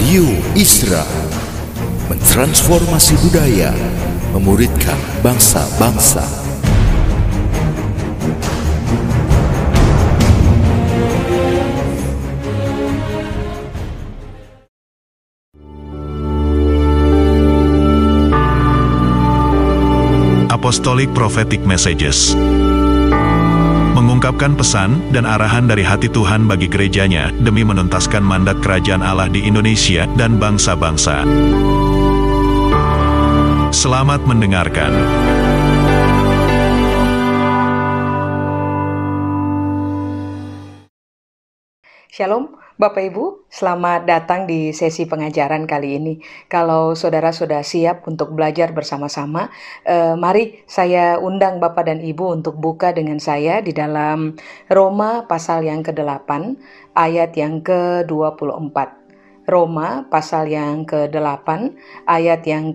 Radio Isra mentransformasi budaya, memuridkan bangsa-bangsa. Apostolic Prophetic Messages mengungkapkan pesan dan arahan dari hati Tuhan bagi gerejanya demi menuntaskan mandat kerajaan Allah di Indonesia dan bangsa-bangsa. Selamat mendengarkan. Shalom, Bapak Ibu, selamat datang di sesi pengajaran kali ini. Kalau saudara sudah siap untuk belajar bersama-sama, mari saya undang Bapak dan Ibu untuk buka dengan saya di dalam Roma pasal yang ke-8, ayat yang ke-24. Roma pasal yang ke-8, ayat yang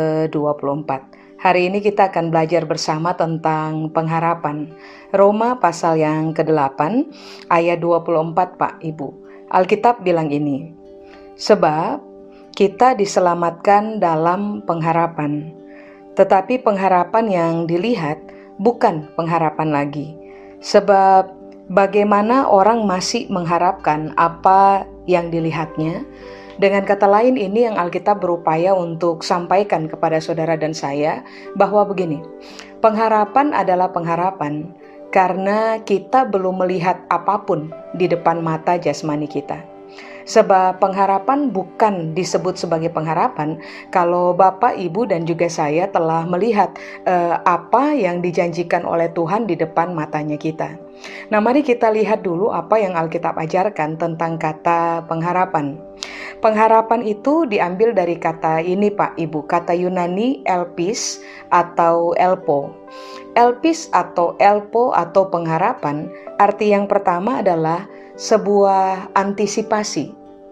ke-24. Hari ini kita akan belajar bersama tentang pengharapan. Roma pasal yang ke-8 ayat 24 Pak Ibu. Alkitab bilang ini, sebab kita diselamatkan dalam pengharapan. Tetapi pengharapan yang dilihat bukan pengharapan lagi. Sebab bagaimana orang masih mengharapkan apa yang dilihatnya? Dengan kata lain, ini yang Alkitab berupaya untuk sampaikan kepada saudara dan saya bahwa begini, pengharapan adalah pengharapan karena kita belum melihat apapun di depan mata jasmani kita. Sebab pengharapan bukan disebut sebagai pengharapan kalau Bapak, Ibu, dan juga saya telah melihat apa yang dijanjikan oleh Tuhan di depan matanya kita. Nah, mari kita lihat dulu apa yang Alkitab ajarkan tentang kata pengharapan. Pengharapan itu diambil dari kata ini Pak Ibu, kata Yunani elpis atau elpo. Elpis atau elpo atau pengharapan, arti yang pertama adalah sebuah antisipasi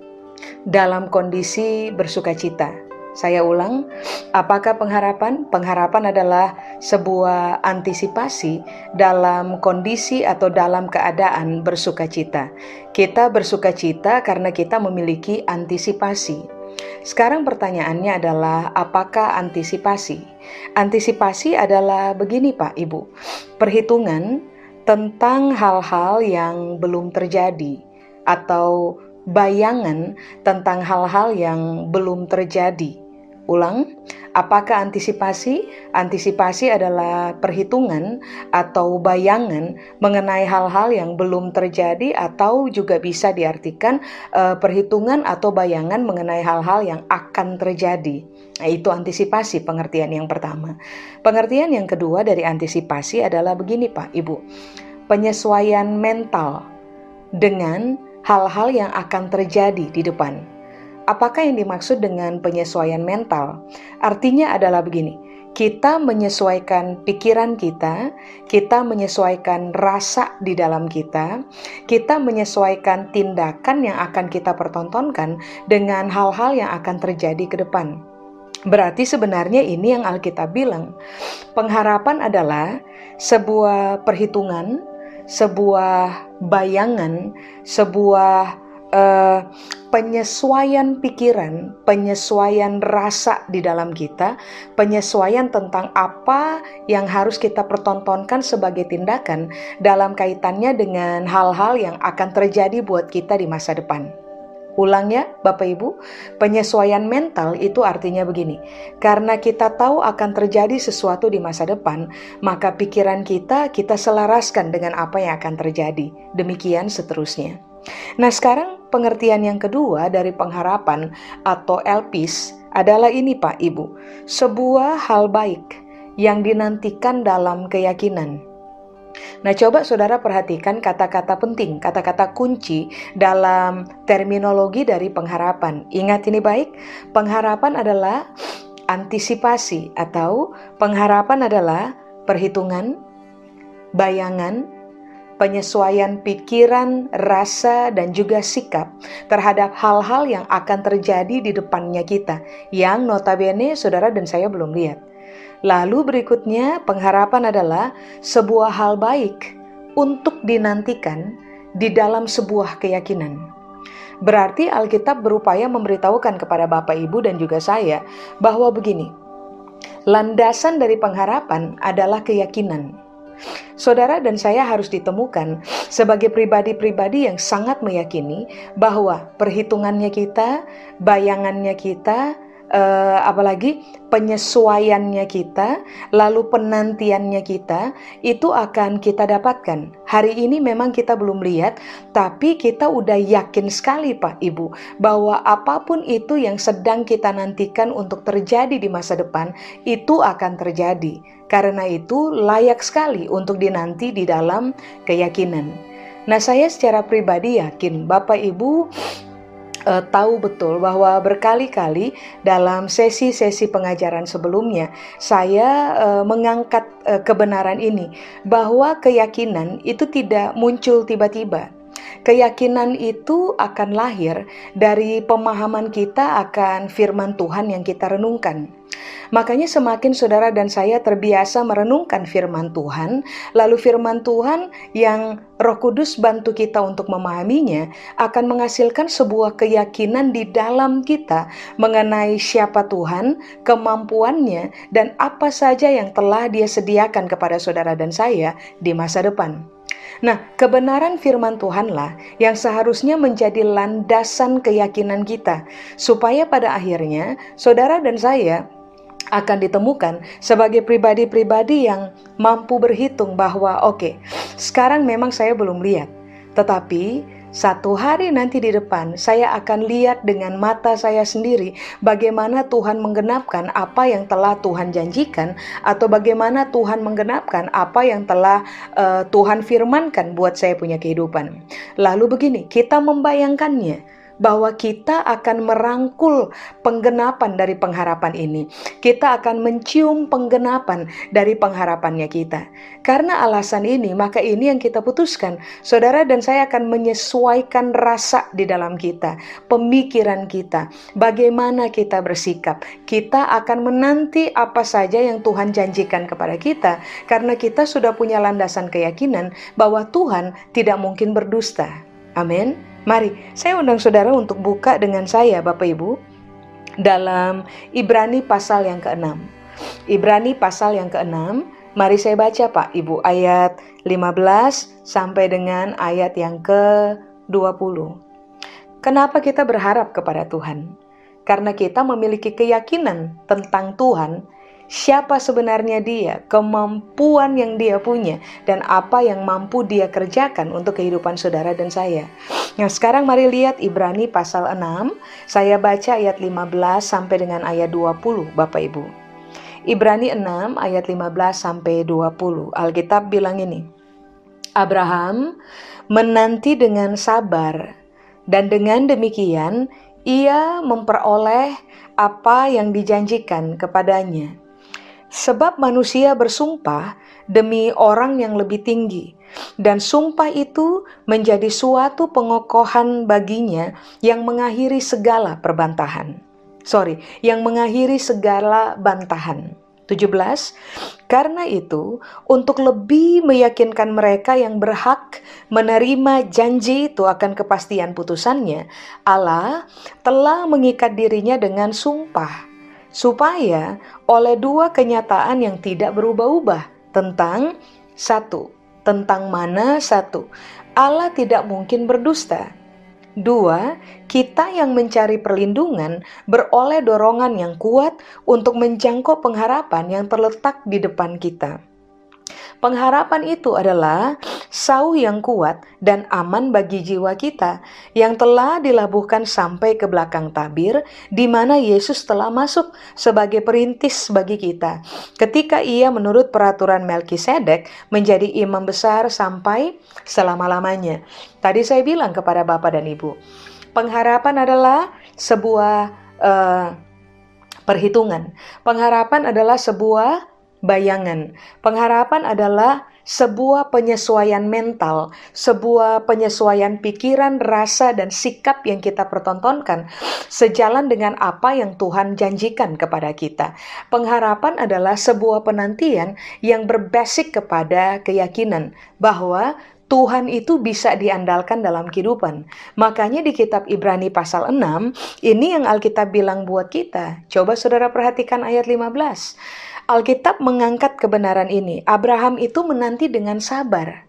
dalam kondisi bersukacita. Saya ulang, apakah pengharapan? Pengharapan adalah sebuah antisipasi dalam kondisi atau dalam keadaan bersukacita. Kita bersukacita karena kita memiliki antisipasi. Sekarang pertanyaannya adalah, apakah antisipasi? Antisipasi adalah begini Pak Ibu, perhitungan tentang hal-hal yang belum terjadi atau bayangan tentang hal-hal yang belum terjadi. Ulang, apakah antisipasi? Antisipasi adalah perhitungan atau bayangan mengenai hal-hal yang belum terjadi, atau juga bisa diartikan perhitungan atau bayangan mengenai hal-hal yang akan terjadi. Nah, itu antisipasi, pengertian yang pertama. Pengertian yang kedua dari antisipasi adalah begini Pak Ibu, penyesuaian mental dengan hal-hal yang akan terjadi di depan. Apakah yang dimaksud dengan penyesuaian mental? Artinya adalah begini, kita menyesuaikan pikiran kita menyesuaikan rasa di dalam kita menyesuaikan tindakan yang akan kita pertontonkan dengan hal-hal yang akan terjadi ke depan. Berarti sebenarnya ini yang Alkitab bilang, pengharapan adalah sebuah perhitungan, sebuah bayangan, sebuah penyesuaian pikiran, penyesuaian rasa di dalam kita, penyesuaian tentang apa yang harus kita pertontonkan sebagai tindakan dalam kaitannya dengan hal-hal yang akan terjadi buat kita di masa depan. Ulang ya Bapak Ibu, penyesuaian mental itu artinya begini, karena kita tahu akan terjadi sesuatu di masa depan, maka pikiran kita selaraskan dengan apa yang akan terjadi, demikian seterusnya. Nah, sekarang pengertian yang kedua dari pengharapan atau elpis adalah ini Pak Ibu, sebuah hal baik yang dinantikan dalam keyakinan. Nah, coba saudara perhatikan kata-kata penting, kata-kata kunci dalam terminologi dari pengharapan. Ingat ini baik, pengharapan adalah antisipasi atau pengharapan adalah perhitungan, bayangan, penyesuaian pikiran, rasa, dan juga sikap terhadap hal-hal yang akan terjadi di depannya kita, yang notabene saudara dan saya belum lihat. Lalu berikutnya, pengharapan adalah sebuah hal baik untuk dinantikan di dalam sebuah keyakinan. Berarti Alkitab berupaya memberitahukan kepada Bapak Ibu dan juga saya bahwa begini, landasan dari pengharapan adalah keyakinan. Saudara dan saya harus ditemukan sebagai pribadi-pribadi yang sangat meyakini bahwa perhitungannya kita, bayangannya kita, apalagi penyesuaiannya kita, lalu penantiannya kita, itu akan kita dapatkan. Hari ini memang kita belum lihat, tapi kita udah yakin sekali Pak Ibu, bahwa apapun itu yang sedang kita nantikan untuk terjadi di masa depan, itu akan terjadi. Karena itu layak sekali untuk dinanti di dalam keyakinan. Nah, saya secara pribadi yakin Bapak Ibu tahu betul bahwa berkali-kali dalam sesi-sesi pengajaran sebelumnya saya mengangkat kebenaran ini, bahwa keyakinan itu tidak muncul tiba-tiba. Keyakinan itu akan lahir dari pemahaman kita akan firman Tuhan yang kita renungkan. Makanya semakin saudara dan saya terbiasa merenungkan firman Tuhan, lalu firman Tuhan yang Roh Kudus bantu kita untuk memahaminya, akan menghasilkan sebuah keyakinan di dalam kita mengenai siapa Tuhan, kemampuannya, dan apa saja yang telah Dia sediakan kepada saudara dan saya di masa depan. Nah, kebenaran firman Tuhanlah yang seharusnya menjadi landasan keyakinan kita, supaya pada akhirnya saudara dan saya akan ditemukan sebagai pribadi-pribadi yang mampu berhitung bahwa oke, sekarang memang saya belum lihat, tetapi satu hari nanti di depan saya akan lihat dengan mata saya sendiri bagaimana Tuhan menggenapkan apa yang telah Tuhan janjikan, atau bagaimana Tuhan menggenapkan apa yang telah Tuhan firmankan buat saya punya kehidupan. Lalu begini, kita membayangkannya bahwa kita akan merangkul penggenapan dari pengharapan ini. Kita akan mencium penggenapan dari pengharapannya kita. Karena alasan ini, maka ini yang kita putuskan. Saudara dan saya akan menyesuaikan rasa di dalam kita, pemikiran kita, bagaimana kita bersikap. Kita akan menanti apa saja yang Tuhan janjikan kepada kita, karena kita sudah punya landasan keyakinan bahwa Tuhan tidak mungkin berdusta. Amin. Mari, saya undang saudara untuk buka dengan saya, Bapak Ibu, dalam Ibrani pasal yang ke-6. Ibrani pasal yang ke-6, mari saya baca Pak Ibu, ayat 15 sampai dengan ayat yang ke-20. Kenapa kita berharap kepada Tuhan? Karena kita memiliki keyakinan tentang Tuhan, siapa sebenarnya Dia, kemampuan yang Dia punya, dan apa yang mampu Dia kerjakan untuk kehidupan saudara dan saya. Nah, sekarang mari lihat Ibrani pasal 6. Saya baca ayat 15 sampai dengan ayat 20, Bapak Ibu. Ibrani 6 ayat 15 sampai 20. Alkitab bilang ini, Abraham menanti dengan sabar, dan dengan demikian ia memperoleh apa yang dijanjikan kepadanya. Sebab manusia bersumpah demi orang yang lebih tinggi, dan sumpah itu menjadi suatu pengokohan baginya yang mengakhiri segala yang mengakhiri segala bantahan. 17. Karena itu, untuk lebih meyakinkan mereka yang berhak menerima janji itu akan kepastian putusannya, Allah telah mengikat dirinya dengan sumpah, supaya oleh dua kenyataan yang tidak berubah-ubah tentang Allah tidak mungkin berdusta. 2, kita yang mencari perlindungan beroleh dorongan yang kuat untuk menjangkau pengharapan yang terletak di depan kita. Pengharapan itu adalah sauh yang kuat dan aman bagi jiwa kita yang telah dilabuhkan sampai ke belakang tabir, di mana Yesus telah masuk sebagai perintis bagi kita ketika ia menurut peraturan Melkisedek menjadi imam besar sampai selama-lamanya. Tadi saya bilang kepada Bapak dan Ibu, pengharapan adalah sebuah perhitungan. Pengharapan adalah sebuah bayangan. Pengharapan adalah sebuah penyesuaian mental, sebuah penyesuaian pikiran, rasa, dan sikap yang kita pertontonkan sejalan dengan apa yang Tuhan janjikan kepada kita. Pengharapan adalah sebuah penantian yang berbasis kepada keyakinan bahwa Tuhan itu bisa diandalkan dalam kehidupan. Makanya di kitab Ibrani pasal 6, ini yang Alkitab bilang buat kita. Coba saudara perhatikan ayat 15. Alkitab mengangkat kebenaran ini. Abraham itu menanti dengan sabar.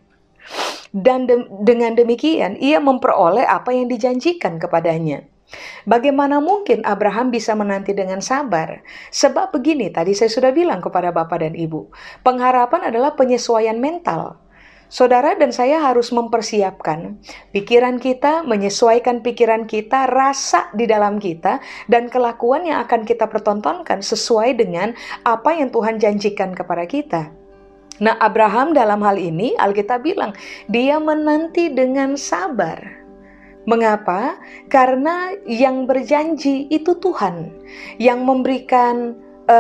Dan dengan demikian ia memperoleh apa yang dijanjikan kepadanya. Bagaimana mungkin Abraham bisa menanti dengan sabar? Sebab begini, tadi saya sudah bilang kepada Bapak dan Ibu, pengharapan adalah penyesuaian mental. Saudara dan saya harus mempersiapkan pikiran kita, menyesuaikan pikiran kita, rasa di dalam kita, dan kelakuan yang akan kita pertontonkan sesuai dengan apa yang Tuhan janjikan kepada kita. Nah, Abraham dalam hal ini, Alkitab bilang, dia menanti dengan sabar. Mengapa? Karena yang berjanji itu Tuhan, yang memberikan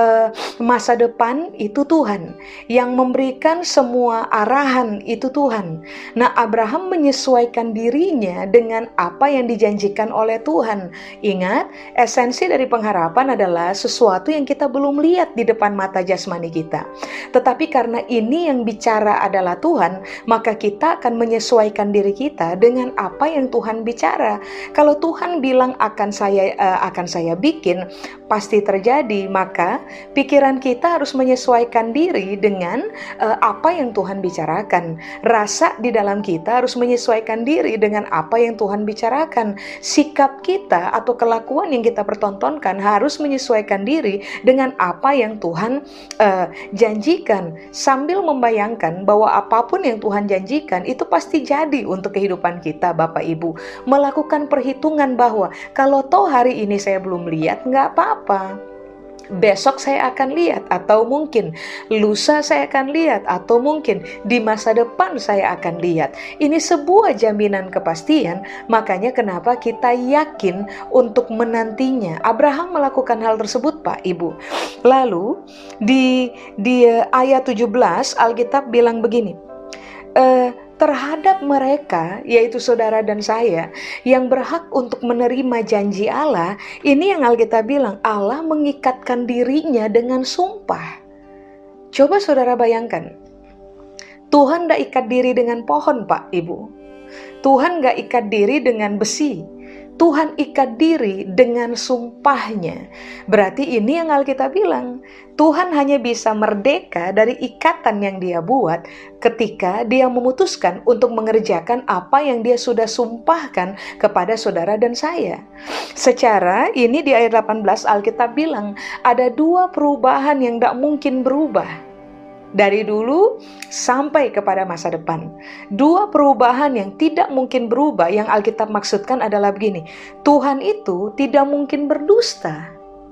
masa depan itu Tuhan, yang memberikan semua arahan itu Tuhan. Nah, Abraham menyesuaikan dirinya dengan apa yang dijanjikan oleh Tuhan. Ingat, esensi dari pengharapan adalah sesuatu yang kita belum lihat di depan mata jasmani kita. Tetapi karena ini yang bicara adalah Tuhan, maka kita akan menyesuaikan diri kita dengan apa yang Tuhan bicara. Kalau Tuhan bilang akan saya bikin, pasti terjadi, maka pikiran kita harus menyesuaikan diri dengan apa yang Tuhan bicarakan. Rasa di dalam kita harus menyesuaikan diri dengan apa yang Tuhan bicarakan. Sikap kita atau kelakuan yang kita pertontonkan harus menyesuaikan diri dengan apa yang Tuhan janjikan. Sambil membayangkan bahwa apapun yang Tuhan janjikan itu pasti jadi untuk kehidupan kita, Bapak Ibu. Melakukan perhitungan bahwa kalau toh hari ini saya belum lihat, nggak apa-apa. Besok saya akan lihat, atau mungkin lusa saya akan lihat, atau mungkin di masa depan saya akan lihat. Ini sebuah jaminan kepastian, makanya kenapa kita yakin untuk menantinya. Abraham melakukan hal tersebut, Pak Ibu. Lalu di ayat 17 Alkitab bilang begini, terhadap mereka, yaitu saudara dan saya, yang berhak untuk menerima janji Allah, ini yang Alkitab bilang, Allah mengikatkan dirinya dengan sumpah. Coba saudara bayangkan, Tuhan gak ikat diri dengan pohon, Pak Ibu. Tuhan gak ikat diri dengan besi. Tuhan ikat diri dengan sumpahnya. Berarti ini yang Alkitab bilang, Tuhan hanya bisa merdeka dari ikatan yang dia buat ketika dia memutuskan untuk mengerjakan apa yang dia sudah sumpahkan kepada saudara dan saya. Secara ini di ayat 18 Alkitab bilang, ada dua perubahan yang tidak mungkin berubah. Dari dulu sampai kepada masa depan. Dua perubahan yang tidak mungkin berubah yang Alkitab maksudkan adalah begini. Tuhan itu tidak mungkin berdusta.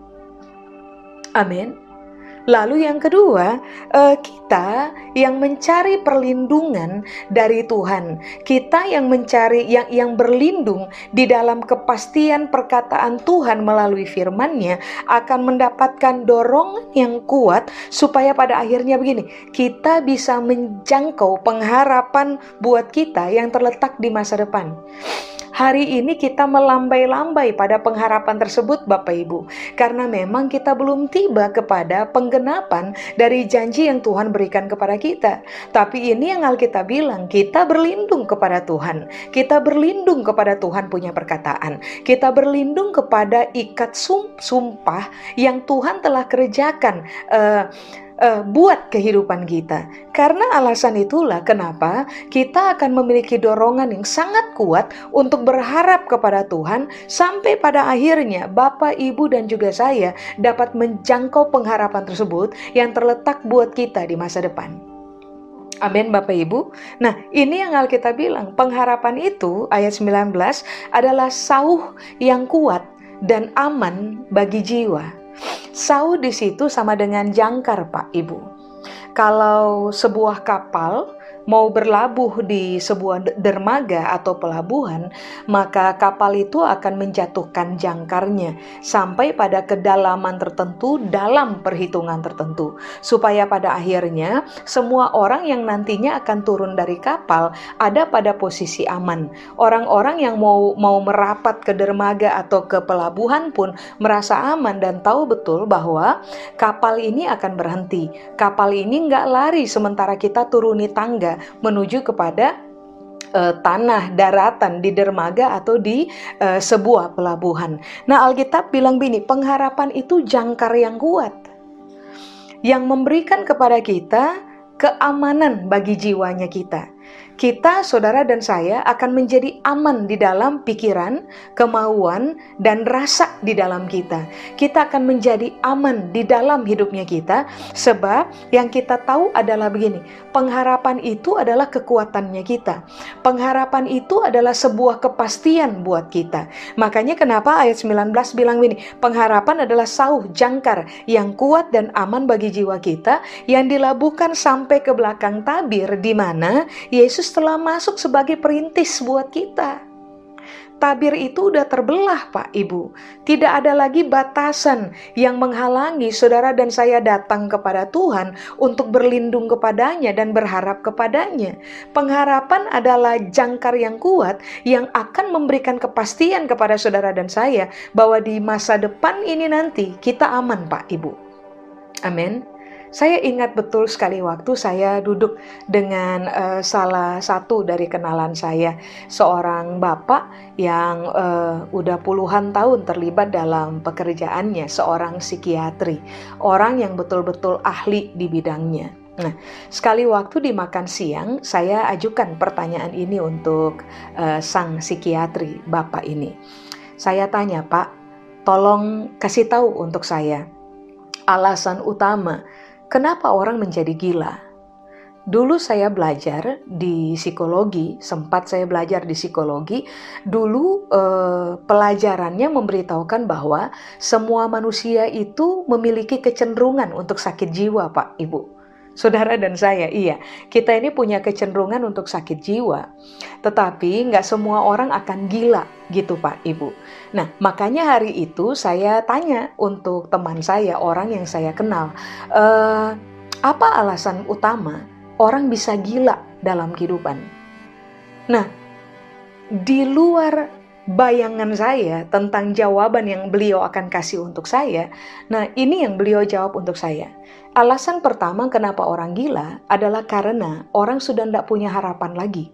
Amin. Lalu yang kedua, kita yang mencari perlindungan dari Tuhan. Kita yang mencari, yang berlindung di dalam kepastian perkataan Tuhan melalui firman-Nya akan mendapatkan dorongan yang kuat supaya pada akhirnya begini, kita bisa menjangkau pengharapan buat kita yang terletak di masa depan. Hari ini kita melambai-lambai pada pengharapan tersebut, Bapak Ibu, karena memang kita belum tiba kepada penggenapan dari janji yang Tuhan berikan kepada kita. Tapi ini yang Alkitab bilang, kita berlindung kepada Tuhan, kita berlindung kepada Tuhan punya perkataan, kita berlindung kepada ikat sumpah yang Tuhan telah kerjakan buat kehidupan kita. Karena alasan itulah kenapa kita akan memiliki dorongan yang sangat kuat untuk berharap kepada Tuhan sampai pada akhirnya Bapak, Ibu, dan juga saya dapat menjangkau pengharapan tersebut yang terletak buat kita di masa depan. Amin, Bapak Ibu. Nah, ini yang Alkitab bilang, pengharapan itu ayat 19 adalah sauh yang kuat dan aman bagi jiwa. Sauh di situ sama dengan jangkar, Pak Ibu. Kalau sebuah kapal mau berlabuh di sebuah dermaga atau pelabuhan, maka kapal itu akan menjatuhkan jangkarnya sampai pada kedalaman tertentu dalam perhitungan tertentu, supaya pada akhirnya semua orang yang nantinya akan turun dari kapal ada pada posisi aman. Orang-orang yang mau merapat ke dermaga atau ke pelabuhan pun merasa aman dan tahu betul bahwa kapal ini akan berhenti. Kapal ini nggak lari sementara kita turuni tangga menuju kepada tanah daratan, di dermaga atau di sebuah pelabuhan. Nah, Alkitab bilang begini, pengharapan itu jangkar yang kuat, yang memberikan kepada kita keamanan bagi jiwanya kita. Kita, saudara dan saya, akan menjadi aman di dalam pikiran, kemauan, dan rasa di dalam kita. Kita akan menjadi aman di dalam hidupnya kita, sebab yang kita tahu adalah begini, pengharapan itu adalah kekuatannya kita. Pengharapan itu adalah sebuah kepastian buat kita. Makanya kenapa ayat 19 bilang begini, pengharapan adalah sauh jangkar yang kuat dan aman bagi jiwa kita, yang dilabuhkan sampai ke belakang tabir, di mana Yesus telah masuk sebagai perintis buat kita. Tabir itu udah terbelah, Pak Ibu. Tidak ada lagi batasan yang menghalangi saudara dan saya datang kepada Tuhan untuk berlindung kepadanya dan berharap kepadanya. Pengharapan adalah jangkar yang kuat yang akan memberikan kepastian kepada saudara dan saya bahwa di masa depan ini nanti kita aman, Pak Ibu. Amin. Saya ingat betul sekali waktu saya duduk dengan salah satu dari kenalan saya, seorang bapak yang udah puluhan tahun terlibat dalam pekerjaannya, seorang psikiatri, orang yang betul-betul ahli di bidangnya. Nah, sekali waktu di makan siang, saya ajukan pertanyaan ini untuk sang psikiatri bapak ini. Saya tanya, Pak, tolong kasih tahu untuk saya alasan utama kenapa orang menjadi gila. Dulu saya belajar di psikologi, sempat saya belajar di psikologi. Dulu pelajarannya memberitahukan bahwa semua manusia itu memiliki kecenderungan untuk sakit jiwa, Pak, Ibu. Saudara dan saya, iya, kita ini punya kecenderungan untuk sakit jiwa. Tetapi nggak semua orang akan gila gitu, Pak, Ibu. Nah, makanya hari itu saya tanya untuk teman saya, orang yang saya kenal, apa alasan utama orang bisa gila dalam kehidupan? Nah, di luar bayangan saya tentang jawaban yang beliau akan kasih untuk saya, nah ini yang beliau jawab untuk saya. Alasan pertama kenapa orang gila adalah karena orang sudah tidak punya harapan lagi.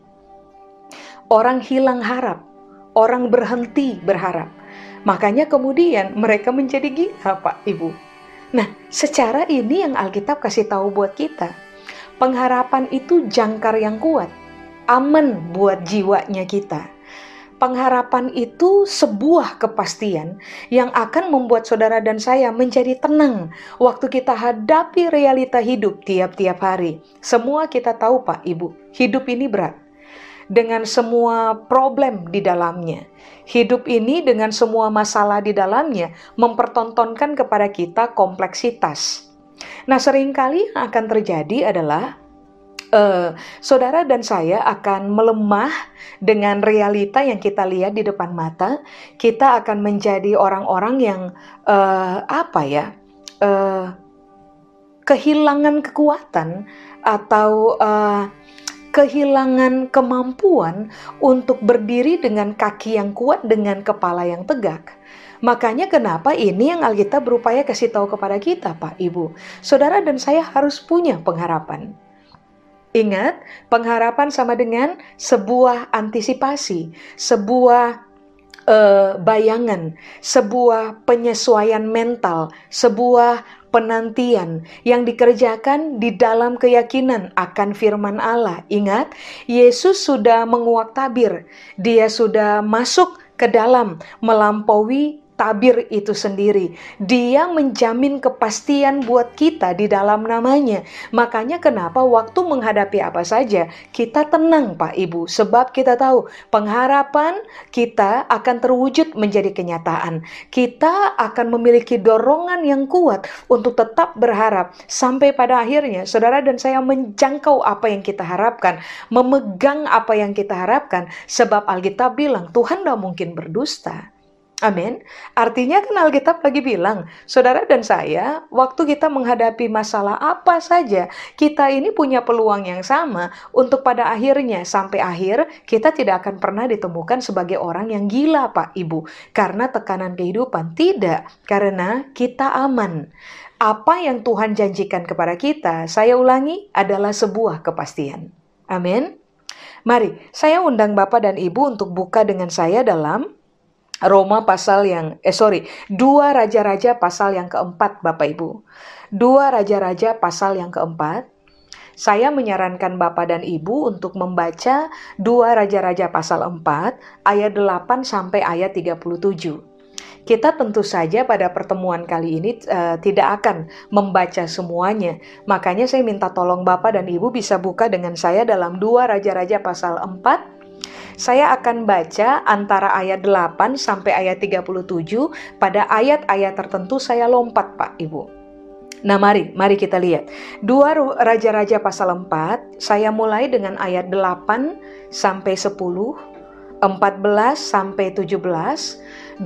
Orang hilang harap, orang berhenti berharap. Makanya kemudian mereka menjadi gila, Pak, Ibu. Nah, secara ini yang Alkitab kasih tahu buat kita. Pengharapan itu jangkar yang kuat, aman buat jiwanya kita. Pengharapan itu sebuah kepastian yang akan membuat saudara dan saya menjadi tenang waktu kita hadapi realita hidup tiap-tiap hari. Semua kita tahu, Pak, Ibu, hidup ini berat. Dengan semua problem di dalamnya. Hidup ini dengan semua masalah di dalamnya mempertontonkan kepada kita kompleksitas. Nah, seringkali yang akan terjadi adalah saudara dan saya akan melemah dengan realita yang kita lihat di depan mata. Kita akan menjadi orang-orang yang kehilangan kekuatan atau kehilangan kemampuan untuk berdiri dengan kaki yang kuat, dengan kepala yang tegak. Makanya kenapa ini yang Alkitab berupaya kasih tahu kepada kita, Pak, Ibu. Saudara dan saya harus punya pengharapan. Ingat, pengharapan sama dengan sebuah antisipasi, sebuah bayangan, sebuah penyesuaian mental, sebuah penantian yang dikerjakan di dalam keyakinan akan firman Allah. Ingat, Yesus sudah menguak tabir, dia sudah masuk ke dalam melampaui tabir itu sendiri. Dia menjamin kepastian buat kita di dalam namanya. Makanya kenapa waktu menghadapi apa saja, kita tenang, Pak, Ibu. Sebab kita tahu pengharapan kita akan terwujud menjadi kenyataan. Kita akan memiliki dorongan yang kuat untuk tetap berharap. Sampai pada akhirnya, saudara dan saya menjangkau apa yang kita harapkan. Memegang apa yang kita harapkan. Sebab Alkitab bilang, Tuhan tidak mungkin berdusta. Amin. Artinya kan Alkitab lagi bilang, saudara dan saya, waktu kita menghadapi masalah apa saja, kita ini punya peluang yang sama untuk pada akhirnya, sampai akhir, kita tidak akan pernah ditemukan sebagai orang yang gila, Pak, Ibu. Karena tekanan kehidupan. Tidak, karena kita aman. Apa yang Tuhan janjikan kepada kita, saya ulangi, adalah sebuah kepastian. Amin. Mari, saya undang Bapak dan Ibu untuk buka dengan saya dalam Roma pasal yang, 2 Raja-Raja pasal yang keempat, Bapak Ibu. 2 Raja-Raja pasal yang keempat. Saya menyarankan Bapak dan Ibu untuk membaca 2 Raja-Raja pasal 4 ayat 8 sampai ayat 37. Kita tentu saja pada pertemuan kali ini tidak akan membaca semuanya. Makanya saya minta tolong Bapak dan Ibu bisa buka dengan saya dalam 2 Raja-Raja pasal 4. Saya akan baca antara ayat 8 sampai ayat 37. Pada ayat-ayat tertentu saya lompat, Pak, Ibu. Nah, mari kita lihat. 2 Raja-Raja pasal 4, saya mulai dengan ayat 8 sampai 10, 14 sampai 17,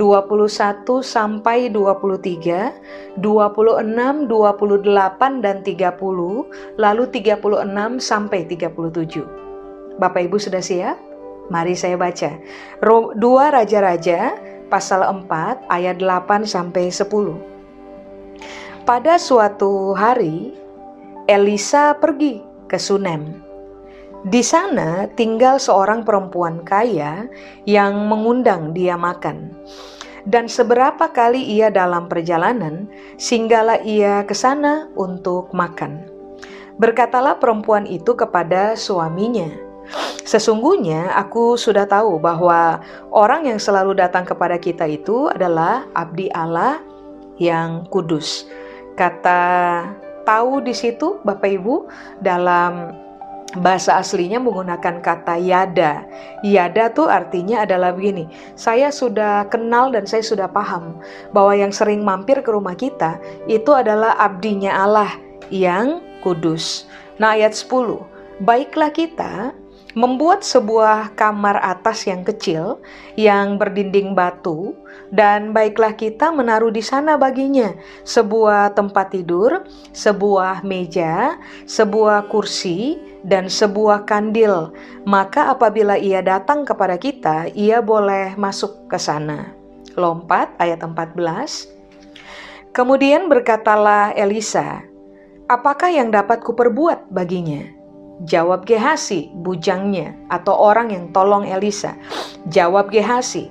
21 sampai 23, 26, 28 dan 30, lalu 36 sampai 37. Bapak Ibu sudah siap? Mari saya baca. 2 Raja-Raja pasal 4 ayat 8 sampai 10. Pada suatu hari, Elisa pergi ke Sunem. Di sana tinggal seorang perempuan kaya yang mengundang dia makan. Dan seberapa kali ia dalam perjalanan, singgahlah ia ke sana untuk makan. Berkatalah perempuan itu kepada suaminya, "Sesungguhnya aku sudah tahu bahwa orang yang selalu datang kepada kita itu adalah abdi Allah yang kudus." Kata tahu di situ, Bapak Ibu, dalam bahasa aslinya menggunakan kata yada. Yada tuh artinya adalah begini, saya sudah kenal dan saya sudah paham bahwa yang sering mampir ke rumah kita itu adalah abdinya Allah yang kudus. Nah, ayat 10, baiklah kita membuat sebuah kamar atas yang kecil yang berdinding batu, dan baiklah kita menaruh di sana baginya sebuah tempat tidur, sebuah meja, sebuah kursi, dan sebuah kandil. Maka apabila ia datang kepada kita, ia boleh masuk ke sana. Lompat ayat 14. Kemudian berkatalah Elisa, "Apakah yang dapat kuperbuat baginya?" Jawab Gehasi, bujangnya atau orang yang tolong Elisa. Jawab Gehasi,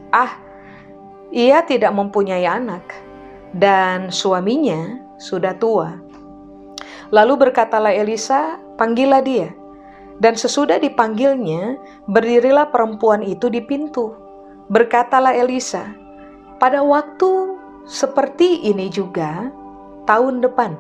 ia tidak mempunyai anak dan suaminya sudah tua. Lalu berkatalah Elisa, "Panggillah dia." Dan sesudah dipanggilnya, berdirilah perempuan itu di pintu. Berkatalah Elisa, "Pada waktu seperti ini juga, tahun depan,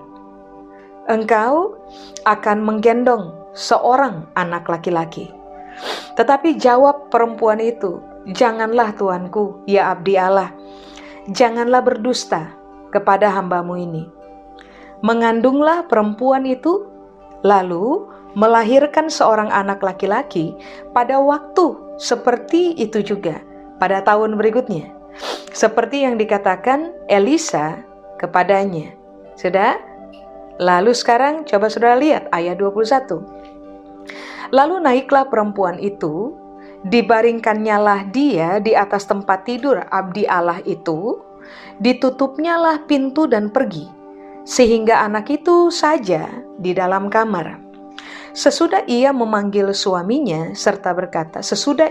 engkau akan menggendong seorang anak laki-laki." Tetapi jawab perempuan itu, "Janganlah tuanku, ya abdi Allah, janganlah berdusta kepada hambamu ini." Mengandunglah perempuan itu, lalu melahirkan seorang anak laki-laki pada waktu seperti itu juga pada tahun berikutnya, seperti yang dikatakan Elisa kepadanya. Sudah? Lalu sekarang coba saudara lihat ayat 21. Lalu naiklah perempuan itu, dibaringkannyalah dia di atas tempat tidur abdi Allah itu, ditutupnyalah pintu dan pergi, sehingga anak itu saja di dalam kamar. Sesudah ia memanggil suaminya serta berkata,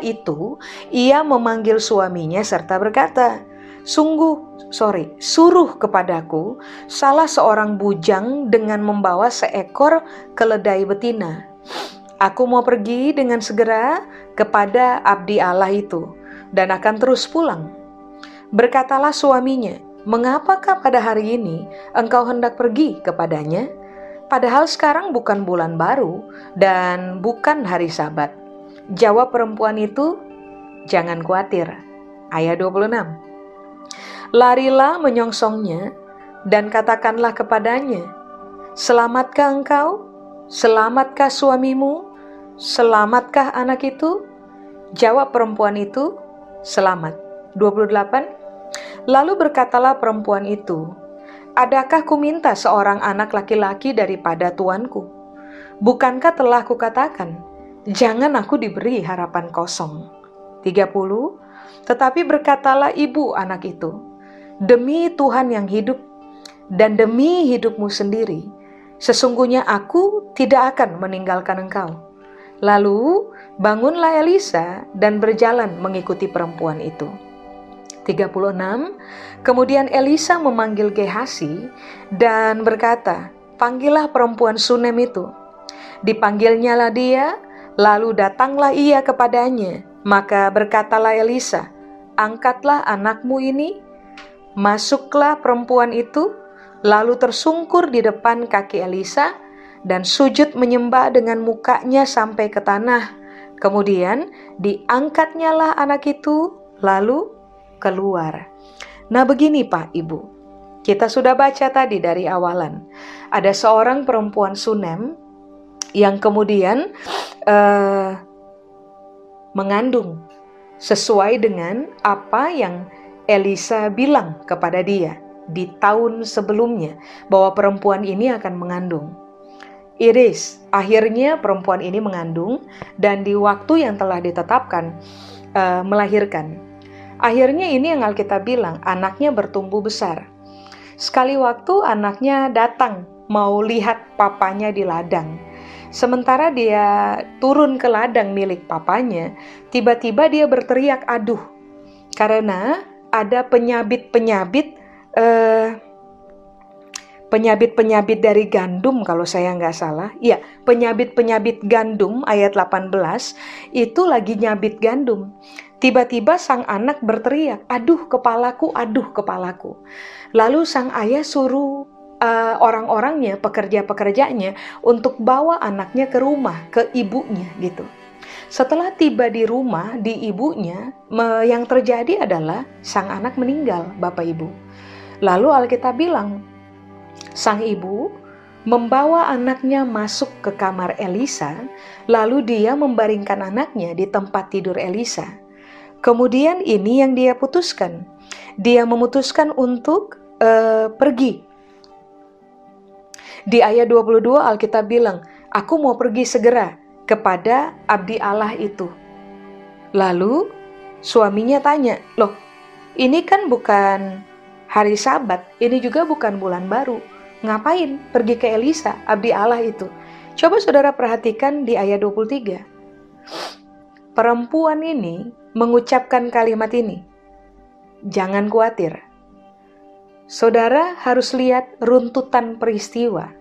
suruh kepadaku salah seorang bujang dengan membawa seekor keledai betina. Aku mau pergi dengan segera kepada abdi Allah itu dan akan terus pulang. Berkatalah suaminya, "Mengapakah pada hari ini engkau hendak pergi kepadanya? Padahal sekarang bukan bulan baru dan bukan hari Sabat." Jawab perempuan itu, "Jangan khawatir." Ayat 26. Larilah menyongsongnya dan katakanlah kepadanya, "Selamatkah engkau? Selamatkah suamimu? Selamatkah anak itu?" Jawab perempuan itu, "Selamat." 28. Lalu berkatalah perempuan itu, "Adakah ku minta seorang anak laki-laki daripada tuanku? Bukankah telah kukatakan, jangan aku diberi harapan kosong." 30. Tetapi berkatalah ibu anak itu, "Demi Tuhan yang hidup dan demi hidupmu sendiri, sesungguhnya aku tidak akan meninggalkan engkau." Lalu Bangunlah Elisa dan berjalan mengikuti perempuan itu. 36. Kemudian Elisa memanggil Gehasi dan berkata, "Panggillah perempuan Sunem itu." Dipanggilnyalah dia, lalu datanglah ia kepadanya. Maka berkatalah Elisa, "Angkatlah anakmu ini." Masuklah perempuan itu, lalu tersungkur di depan kaki Elisa dan sujud menyembah dengan mukanya sampai ke tanah. Kemudian diangkatnyalah anak itu, lalu keluar. Nah begini Pak Ibu, kita sudah baca tadi dari awalan. Ada seorang perempuan Sunem yang kemudian mengandung sesuai dengan apa yang Elisa bilang kepada dia di tahun sebelumnya, bahwa perempuan ini akan mengandung. Iris, akhirnya perempuan ini mengandung dan di waktu yang telah ditetapkan melahirkan. Akhirnya ini yang Alkitab bilang, anaknya bertumbuh besar. Sekali waktu anaknya datang mau lihat papanya di ladang. Sementara dia turun ke ladang milik papanya, tiba-tiba dia berteriak aduh. Karena ada penyabit dari gandum, kalau saya nggak salah. Iya, penyabit gandum ayat 18 itu lagi nyabit gandum. Tiba-tiba sang anak berteriak, "Aduh kepalaku, aduh kepalaku." Lalu sang ayah suruh orang-orangnya, pekerja-pekerjanya untuk bawa anaknya ke rumah, ke ibunya gitu. Setelah tiba di rumah, di ibunya, yang terjadi adalah sang anak meninggal, Bapak Ibu. Lalu Alkitab bilang, sang ibu membawa anaknya masuk ke kamar Elisa, lalu dia membaringkan anaknya di tempat tidur Elisa. Kemudian ini yang dia putuskan. Dia memutuskan untuk pergi. Di ayat 22 Alkitab bilang, "Aku mau pergi segera kepada abdi Allah itu." Lalu suaminya tanya, "Loh, ini kan bukan hari Sabat, ini juga bukan bulan baru. Ngapain pergi ke Elisa, abdi Allah itu?" Coba saudara perhatikan di ayat 23. Perempuan ini mengucapkan kalimat ini, "Jangan khawatir." Saudara harus lihat runtutan peristiwa.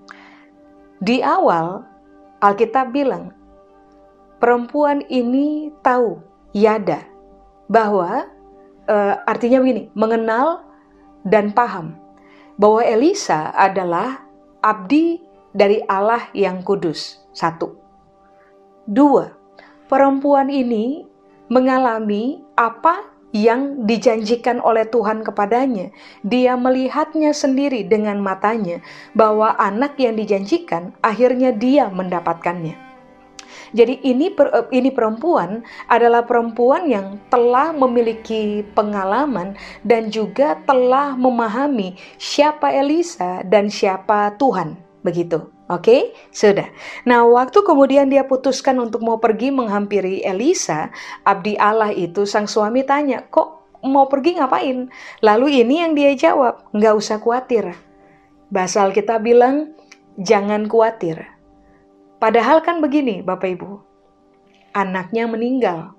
Di awal, Alkitab bilang, perempuan ini tahu, yada, bahwa artinya begini, mengenal dan paham bahwa Elisa adalah abdi dari Allah yang kudus. 1. 2. Perempuan ini mengalami apa yang dijanjikan oleh Tuhan kepadanya. Dia melihatnya sendiri dengan matanya bahwa anak yang dijanjikan akhirnya dia mendapatkannya. Jadi ini perempuan adalah perempuan yang telah memiliki pengalaman dan juga telah memahami siapa Elisa dan siapa Tuhan, begitu. Oke, sudah. Nah, waktu kemudian dia putuskan untuk mau pergi menghampiri Elisa, abdi Allah itu, sang suami tanya, "Kok mau pergi ngapain?" Lalu ini yang dia jawab, "Nggak usah khawatir." Bahasa Alkitab bilang, "Jangan khawatir." Padahal kan begini, Bapak Ibu, anaknya meninggal.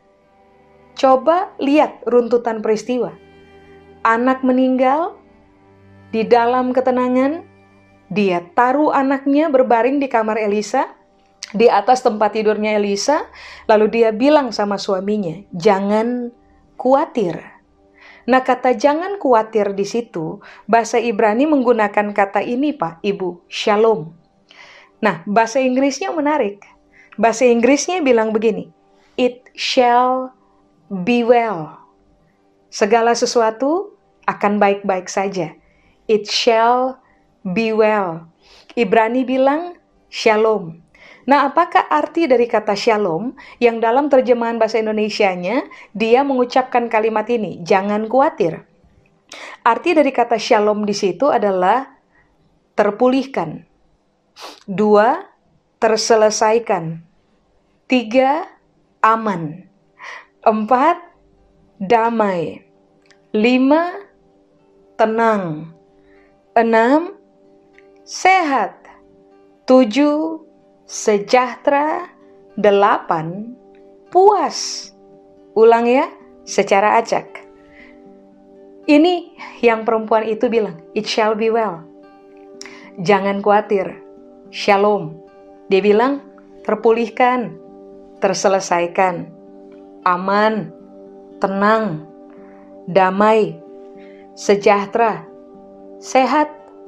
Coba lihat runtutan peristiwa. Anak meninggal, di dalam ketenangan, dia taruh anaknya berbaring di kamar Elisa, di atas tempat tidurnya Elisa, lalu dia bilang sama suaminya, "Jangan khawatir." Nah, kata "jangan khawatir" di situ, bahasa Ibrani menggunakan kata ini, Pak, Ibu, shalom. Nah, bahasa Inggrisnya menarik. Bahasa Inggrisnya bilang begini, "It shall be well." Segala sesuatu akan baik-baik saja. It shall be well. Ibrani bilang shalom. Nah, apakah arti dari kata shalom yang dalam terjemahan bahasa Indonesianya dia mengucapkan kalimat ini, jangan khawatir? Arti dari kata shalom di situ adalah terpulihkan. 2, terselesaikan. 3, aman. 4, damai. 5, tenang. 6, sehat. 7, sejahtera. 8, puas. Ulang ya, secara acak. Ini yang perempuan itu bilang, it shall be well. Jangan khawatir, shalom. Dia bilang, terpulihkan, terselesaikan, aman, tenang, damai, sejahtera, sehat,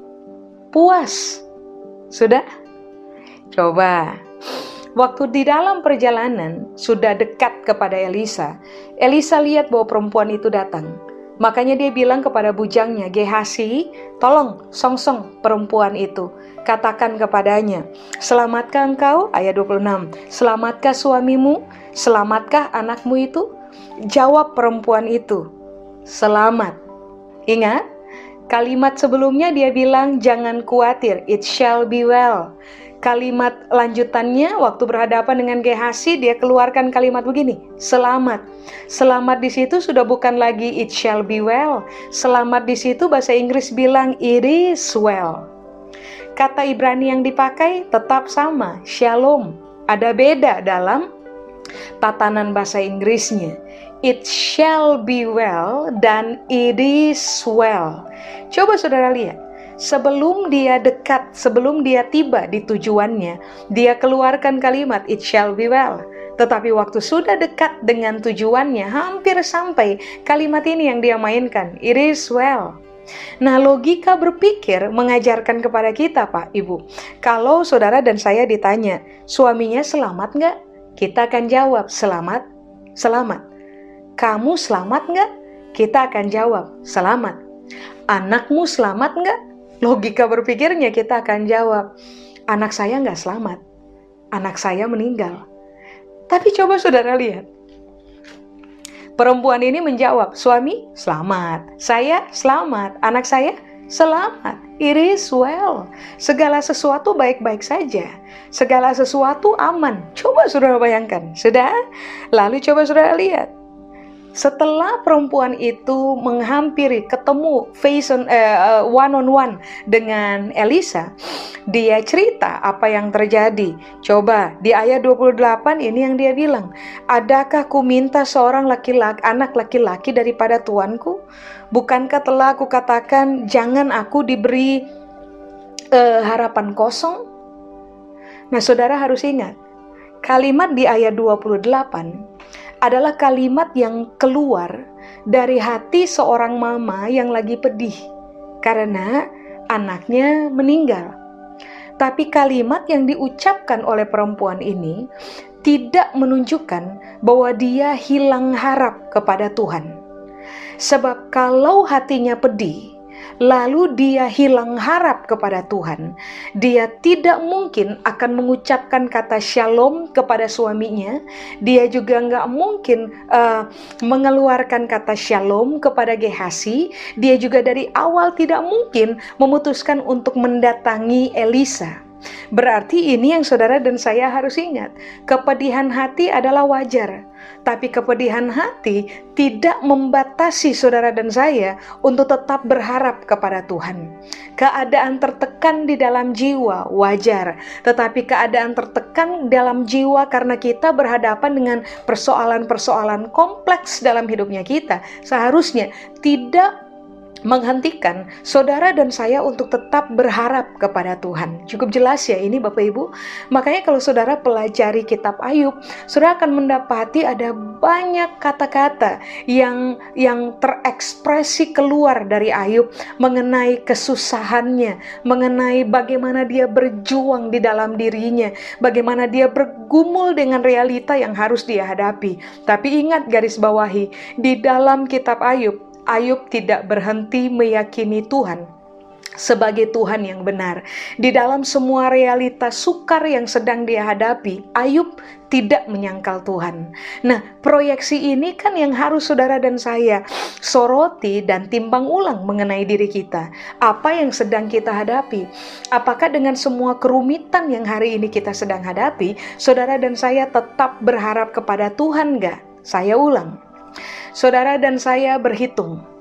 puas. Sudah? Coba. Waktu di dalam perjalanan sudah dekat kepada Elisa, Elisa lihat bahwa perempuan itu datang. Makanya dia bilang kepada bujangnya, Gehasi, tolong songsong perempuan itu. Katakan kepadanya, selamatkah engkau? Ayat 26. Selamatkah suamimu? Selamatkah anakmu itu? Jawab perempuan itu, selamat. Ingat, kalimat sebelumnya dia bilang, jangan khawatir, it shall be well. Kalimat lanjutannya waktu berhadapan dengan Gehasi, dia keluarkan kalimat begini, selamat. Selamat di situ sudah bukan lagi it shall be well. Selamat di situ bahasa Inggris bilang it is well. Kata Ibrani yang dipakai tetap sama, shalom. Ada beda dalam tatanan bahasa Inggrisnya. It shall be well dan it is well. Coba saudara lihat. Sebelum dia dekat, sebelum dia tiba di tujuannya, dia keluarkan kalimat it shall be well. Tetapi waktu sudah dekat dengan tujuannya, hampir sampai, kalimat ini yang dia mainkan, it is well. Nah, logika berpikir mengajarkan kepada kita, Pak, Ibu. Kalau saudara dan saya ditanya, suaminya selamat nggak? Kita akan jawab, selamat, selamat. Kamu selamat nggak? Kita akan jawab, selamat. Anakmu selamat nggak? Logika berpikirnya kita akan jawab, anak saya nggak selamat, anak saya meninggal. Tapi coba saudara lihat, perempuan ini menjawab, suami selamat, saya selamat, anak saya selamat, it is well. Segala sesuatu baik-baik saja, segala sesuatu aman. Coba saudara bayangkan, sudah? Lalu coba saudara lihat, setelah perempuan itu menghampiri, ketemu one on one dengan Elisa, dia cerita apa yang terjadi. Coba di ayat 28 ini yang dia bilang, adakah ku minta seorang anak laki-laki daripada tuanku? Bukankah telah aku katakan jangan aku diberi harapan kosong? Nah, saudara harus ingat, kalimat di ayat 28 adalah kalimat yang keluar dari hati seorang mama yang lagi pedih karena anaknya meninggal. Tapi kalimat yang diucapkan oleh perempuan ini tidak menunjukkan bahwa dia hilang harap kepada Tuhan. Sebab kalau hatinya pedih, lalu dia hilang harap kepada Tuhan, dia tidak mungkin akan mengucapkan kata shalom kepada suaminya. Dia juga nggak mungkin mengeluarkan kata shalom kepada Gehasi. Dia juga dari awal tidak mungkin memutuskan untuk mendatangi Elisa. Berarti ini yang saudara dan saya harus ingat, kepedihan hati adalah wajar, tapi kepedihan hati tidak membatasi saudara dan saya untuk tetap berharap kepada Tuhan. Keadaan tertekan di dalam jiwa wajar, tetapi keadaan tertekan dalam jiwa karena kita berhadapan dengan persoalan-persoalan kompleks dalam hidupnya kita, seharusnya tidak menghentikan saudara dan saya untuk tetap berharap kepada Tuhan. Cukup jelas ya ini Bapak Ibu. Makanya kalau saudara pelajari kitab Ayub, saudara akan mendapati ada banyak kata-kata yang terekspresi keluar dari Ayub mengenai kesusahannya, mengenai bagaimana dia berjuang di dalam dirinya, bagaimana dia bergumul dengan realita yang harus dia hadapi. Tapi ingat, garis bawahi, di dalam kitab Ayub tidak berhenti meyakini Tuhan sebagai Tuhan yang benar. Di dalam semua realitas sukar yang sedang dia hadapi, Ayub tidak menyangkal Tuhan. Nah, proyeksi ini kan yang harus saudara dan saya soroti dan timbang ulang mengenai diri kita. Apa yang sedang kita hadapi? Apakah dengan semua kerumitan yang hari ini kita sedang hadapi, saudara dan saya tetap berharap kepada Tuhan enggak? Saya ulang. Saudara dan saya berhitung,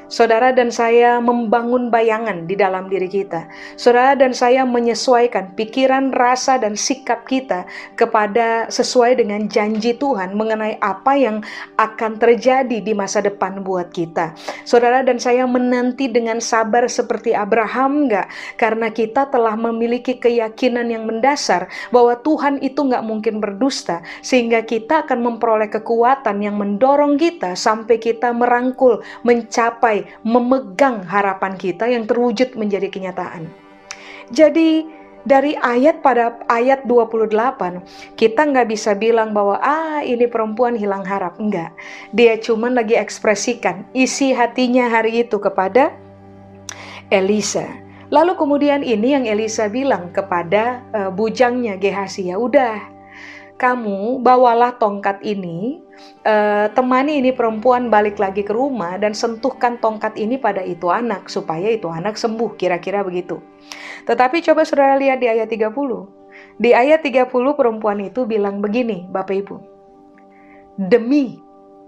saudara dan saya membangun bayangan di dalam diri kita. Saudara dan saya menyesuaikan pikiran, rasa, dan sikap kita kepada sesuai dengan janji Tuhan mengenai apa yang akan terjadi di masa depan buat kita. Saudara dan saya menanti dengan sabar seperti Abraham enggak? Karena kita telah memiliki keyakinan yang mendasar bahwa Tuhan itu enggak mungkin berdusta, sehingga kita akan memperoleh kekuatan yang mendorong kita sampai kita merangkul, mencapai, memegang harapan kita yang terwujud menjadi kenyataan. Jadi dari pada ayat 28, kita nggak bisa bilang bahwa ini perempuan hilang harap. Enggak, dia cuman lagi ekspresikan isi hatinya hari itu kepada Elisa. Lalu kemudian ini yang Elisa bilang kepada bujangnya Gehazi, ya udah, kamu bawalah tongkat ini, temani ini perempuan balik lagi ke rumah dan sentuhkan tongkat ini pada itu anak supaya itu anak sembuh, kira-kira begitu. Tetapi coba saudara lihat di ayat 30. Di ayat 30 perempuan itu bilang begini, Bapak Ibu. Demi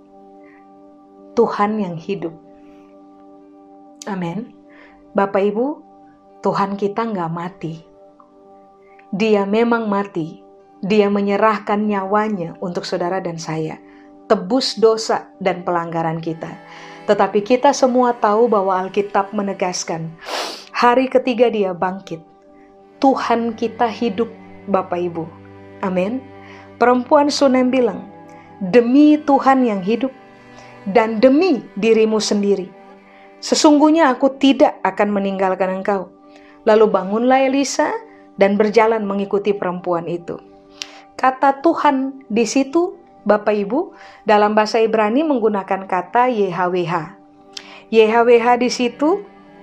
Tuhan yang hidup. Amin. Bapak Ibu, Tuhan kita nggak mati. Dia memang mati. Dia menyerahkan nyawanya untuk saudara dan saya, tebus dosa dan pelanggaran kita. Tetapi kita semua tahu bahwa Alkitab menegaskan, hari ketiga dia bangkit. Tuhan kita hidup, Bapak Ibu. Amin. Perempuan Sunem bilang, demi Tuhan yang hidup dan demi dirimu sendiri, sesungguhnya aku tidak akan meninggalkan engkau. Lalu bangunlah Elisa dan berjalan mengikuti perempuan itu. Kata Tuhan di situ, Bapak Ibu, dalam bahasa Ibrani menggunakan kata YHWH. YHWH di situ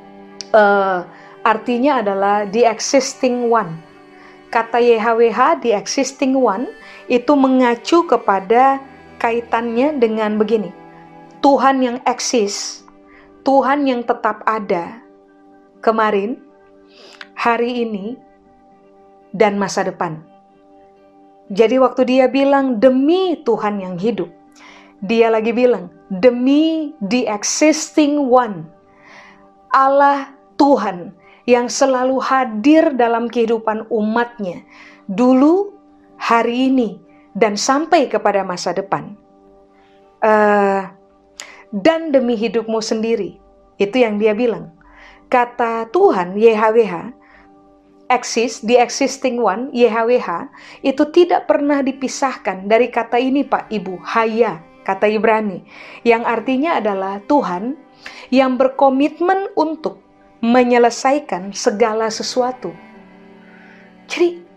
artinya adalah the existing one. Kata YHWH, the existing one, itu mengacu kepada kaitannya dengan begini. Tuhan yang eksis, Tuhan yang tetap ada kemarin, hari ini, dan masa depan. Jadi waktu dia bilang demi Tuhan yang hidup, dia lagi bilang demi the existing one, Allah Tuhan yang selalu hadir dalam kehidupan umatnya, dulu, hari ini, dan sampai kepada masa depan. Dan demi hidupmu sendiri, itu yang dia bilang. Kata Tuhan, YHWH, exist, the existing one, YHWH, itu tidak pernah dipisahkan dari kata ini Pak Ibu, Haya, kata Ibrani, yang artinya adalah Tuhan yang berkomitmen untuk menyelesaikan segala sesuatu. Jadi,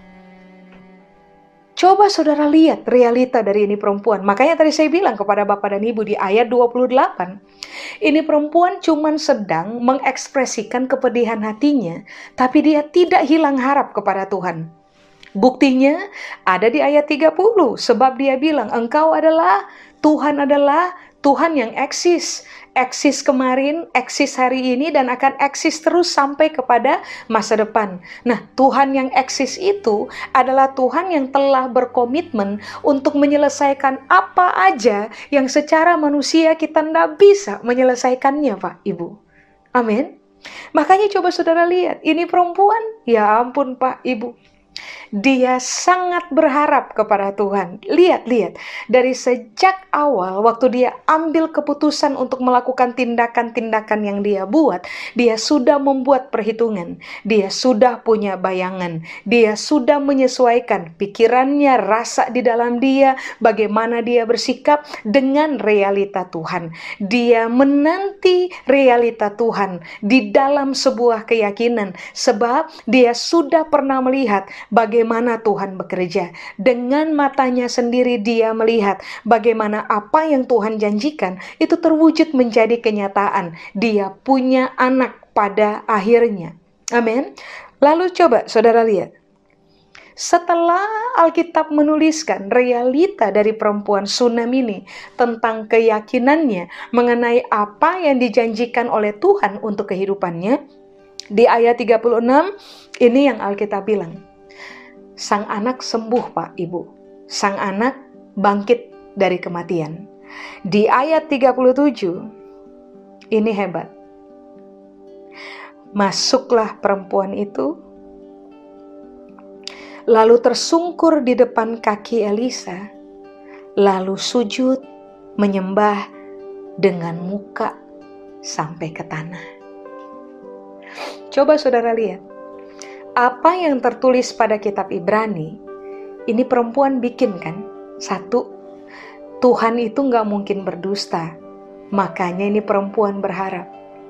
coba saudara lihat realita dari ini perempuan. Makanya tadi saya bilang kepada Bapak dan Ibu di ayat 28, ini perempuan cuman sedang mengekspresikan kepedihan hatinya, tapi dia tidak hilang harap kepada Tuhan. Buktinya ada di ayat 30, sebab dia bilang, engkau adalah Tuhan yang eksis. Eksis kemarin, eksis hari ini, dan akan eksis terus sampai kepada masa depan. Nah, Tuhan yang eksis itu adalah Tuhan yang telah berkomitmen untuk menyelesaikan apa aja yang secara manusia kita tidak bisa menyelesaikannya, Pak, Ibu. Amin. Makanya coba saudara lihat, ini perempuan, ya ampun Pak, Ibu. Dia sangat berharap kepada Tuhan. Lihat, dari sejak awal waktu dia ambil keputusan untuk melakukan tindakan-tindakan yang dia buat, dia sudah membuat perhitungan, dia sudah punya bayangan, dia sudah menyesuaikan pikirannya, rasa di dalam dia, bagaimana dia bersikap dengan realita Tuhan. Dia menanti realita Tuhan di dalam sebuah keyakinan, sebab dia sudah pernah melihat bagaimana Tuhan bekerja. Dengan matanya sendiri dia melihat bagaimana apa yang Tuhan janjikan itu terwujud menjadi kenyataan. Dia punya anak pada akhirnya. Amin. Lalu coba saudara lihat. Setelah Alkitab menuliskan realita dari perempuan Sunem ini tentang keyakinannya mengenai apa yang dijanjikan oleh Tuhan untuk kehidupannya, di ayat 36 ini yang Alkitab bilang. Sang anak sembuh Pak Ibu. Sang anak bangkit dari kematian. Di ayat 37 Ini hebat. Masuklah perempuan itu, lalu tersungkur di depan kaki Elisa, lalu sujud menyembah dengan muka sampai ke tanah. Coba saudara lihat, apa yang tertulis pada kitab Ibrani, ini perempuan bikin kan? Satu, Tuhan itu gak mungkin berdusta, makanya ini perempuan berharap.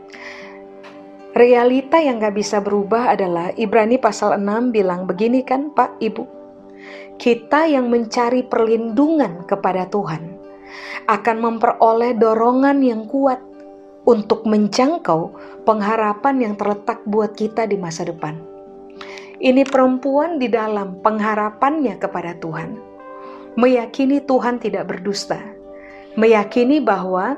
Realita yang gak bisa berubah adalah Ibrani pasal 6 bilang begini kan Pak, Ibu, kita yang mencari perlindungan kepada Tuhan akan memperoleh dorongan yang kuat untuk menjangkau pengharapan yang terletak buat kita di masa depan. Ini perempuan di dalam pengharapannya kepada Tuhan, meyakini Tuhan tidak berdusta, meyakini bahwa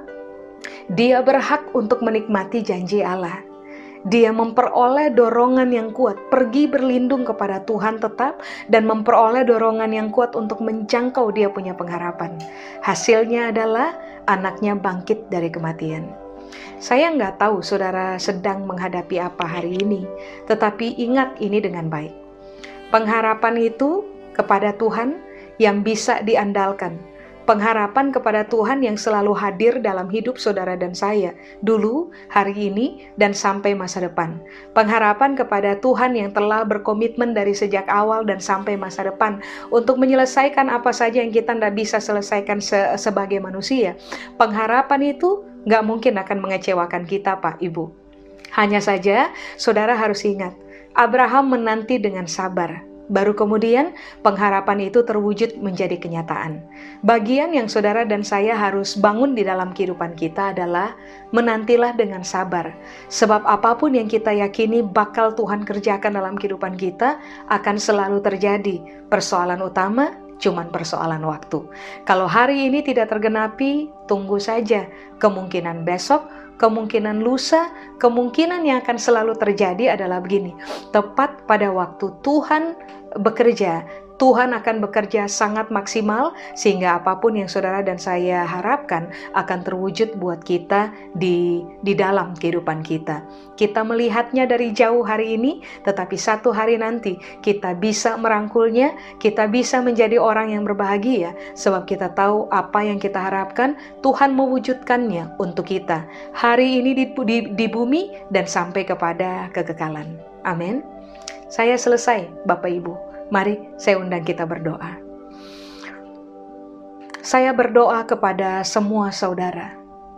dia berhak untuk menikmati janji Allah. Dia memperoleh dorongan yang kuat, pergi berlindung kepada Tuhan tetap, dan memperoleh dorongan yang kuat untuk menjangkau dia punya pengharapan. Hasilnya adalah anaknya bangkit dari kematian. Saya nggak tahu saudara sedang menghadapi apa hari ini, tetapi ingat ini dengan baik. Pengharapan itu kepada Tuhan yang bisa diandalkan. Pengharapan kepada Tuhan yang selalu hadir dalam hidup saudara dan saya, dulu, hari ini, dan sampai masa depan. Pengharapan kepada Tuhan yang telah berkomitmen dari sejak awal dan sampai masa depan untuk menyelesaikan apa saja yang kita tidak bisa selesaikan sebagai manusia. Pengharapan itu gak mungkin akan mengecewakan kita, Pak, Ibu. Hanya saja, saudara harus ingat, Abraham menanti dengan sabar. Baru kemudian pengharapan itu terwujud menjadi kenyataan. Bagian yang saudara dan saya harus bangun di dalam kehidupan kita adalah menantilah dengan sabar. Sebab apapun yang kita yakini bakal Tuhan kerjakan dalam kehidupan kita akan selalu terjadi. Persoalan utama cuman persoalan waktu. Kalau hari ini tidak tergenapi, tunggu saja. Kemungkinan besok, kemungkinan lusa, kemungkinan yang akan selalu terjadi adalah begini. Tepat pada waktu Tuhan bekerja, Tuhan akan bekerja sangat maksimal sehingga apapun yang saudara dan saya harapkan akan terwujud buat kita di dalam kehidupan kita. Kita melihatnya dari jauh hari ini, tetapi satu hari nanti kita bisa merangkulnya, kita bisa menjadi orang yang berbahagia sebab kita tahu apa yang kita harapkan Tuhan mewujudkannya untuk kita hari ini di bumi dan sampai kepada kekekalan. Amin. Saya selesai, Bapak Ibu. Mari saya undang kita berdoa. Saya berdoa kepada semua saudara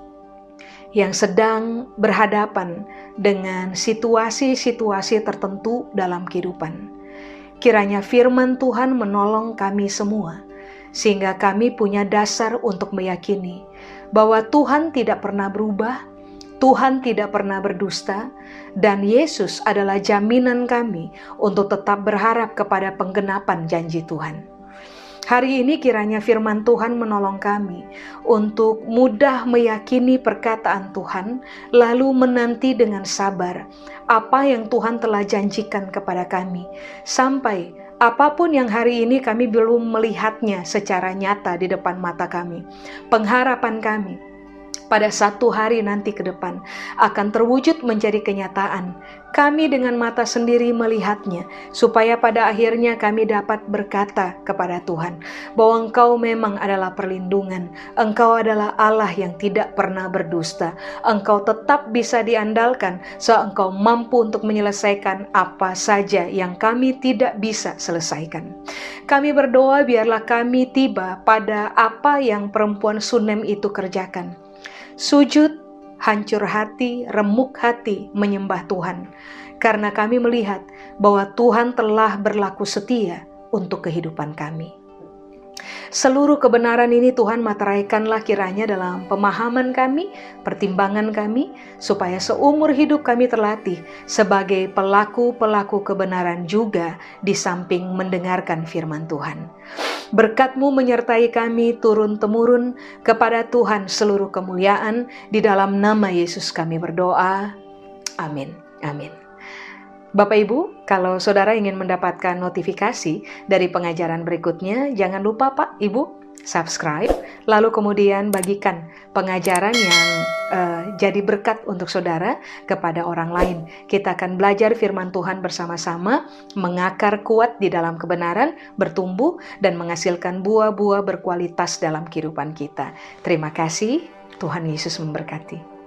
yang sedang berhadapan dengan situasi-situasi tertentu dalam kehidupan. Kiranya firman Tuhan menolong kami semua, sehingga kami punya dasar untuk meyakini bahwa Tuhan tidak pernah berubah, Tuhan tidak pernah berdusta, dan Yesus adalah jaminan kami untuk tetap berharap kepada penggenapan janji Tuhan. Hari ini kiranya firman Tuhan menolong kami untuk mudah meyakini perkataan Tuhan, lalu menanti dengan sabar apa yang Tuhan telah janjikan kepada kami, sampai apapun yang hari ini kami belum melihatnya secara nyata di depan mata kami. Pengharapan kami pada satu hari nanti ke depan akan terwujud menjadi kenyataan. Kami dengan mata sendiri melihatnya, supaya pada akhirnya kami dapat berkata kepada Tuhan bahwa Engkau memang adalah perlindungan, Engkau adalah Allah yang tidak pernah berdusta, Engkau tetap bisa diandalkan, sebab Engkau mampu untuk menyelesaikan apa saja yang kami tidak bisa selesaikan. Kami berdoa biarlah kami tiba pada apa yang perempuan Sunem itu kerjakan. Sujud, hancur hati, remuk hati, menyembah Tuhan. Karena kami melihat bahwa Tuhan telah berlaku setia untuk kehidupan kami. Seluruh kebenaran ini Tuhan materaikanlah kiranya dalam pemahaman kami, pertimbangan kami, supaya seumur hidup kami terlatih sebagai pelaku-pelaku kebenaran juga di samping mendengarkan firman Tuhan. Berkat-Mu menyertai kami turun-temurun, kepada Tuhan seluruh kemuliaan, di dalam nama Yesus kami berdoa. Amin. Amin. Bapak Ibu, kalau saudara ingin mendapatkan notifikasi dari pengajaran berikutnya, jangan lupa Pak, Ibu, subscribe, lalu kemudian bagikan pengajaran yang jadi berkat untuk saudara kepada orang lain. Kita akan belajar firman Tuhan bersama-sama, mengakar kuat di dalam kebenaran, bertumbuh, dan menghasilkan buah-buah berkualitas dalam kehidupan kita. Terima kasih, Tuhan Yesus memberkati.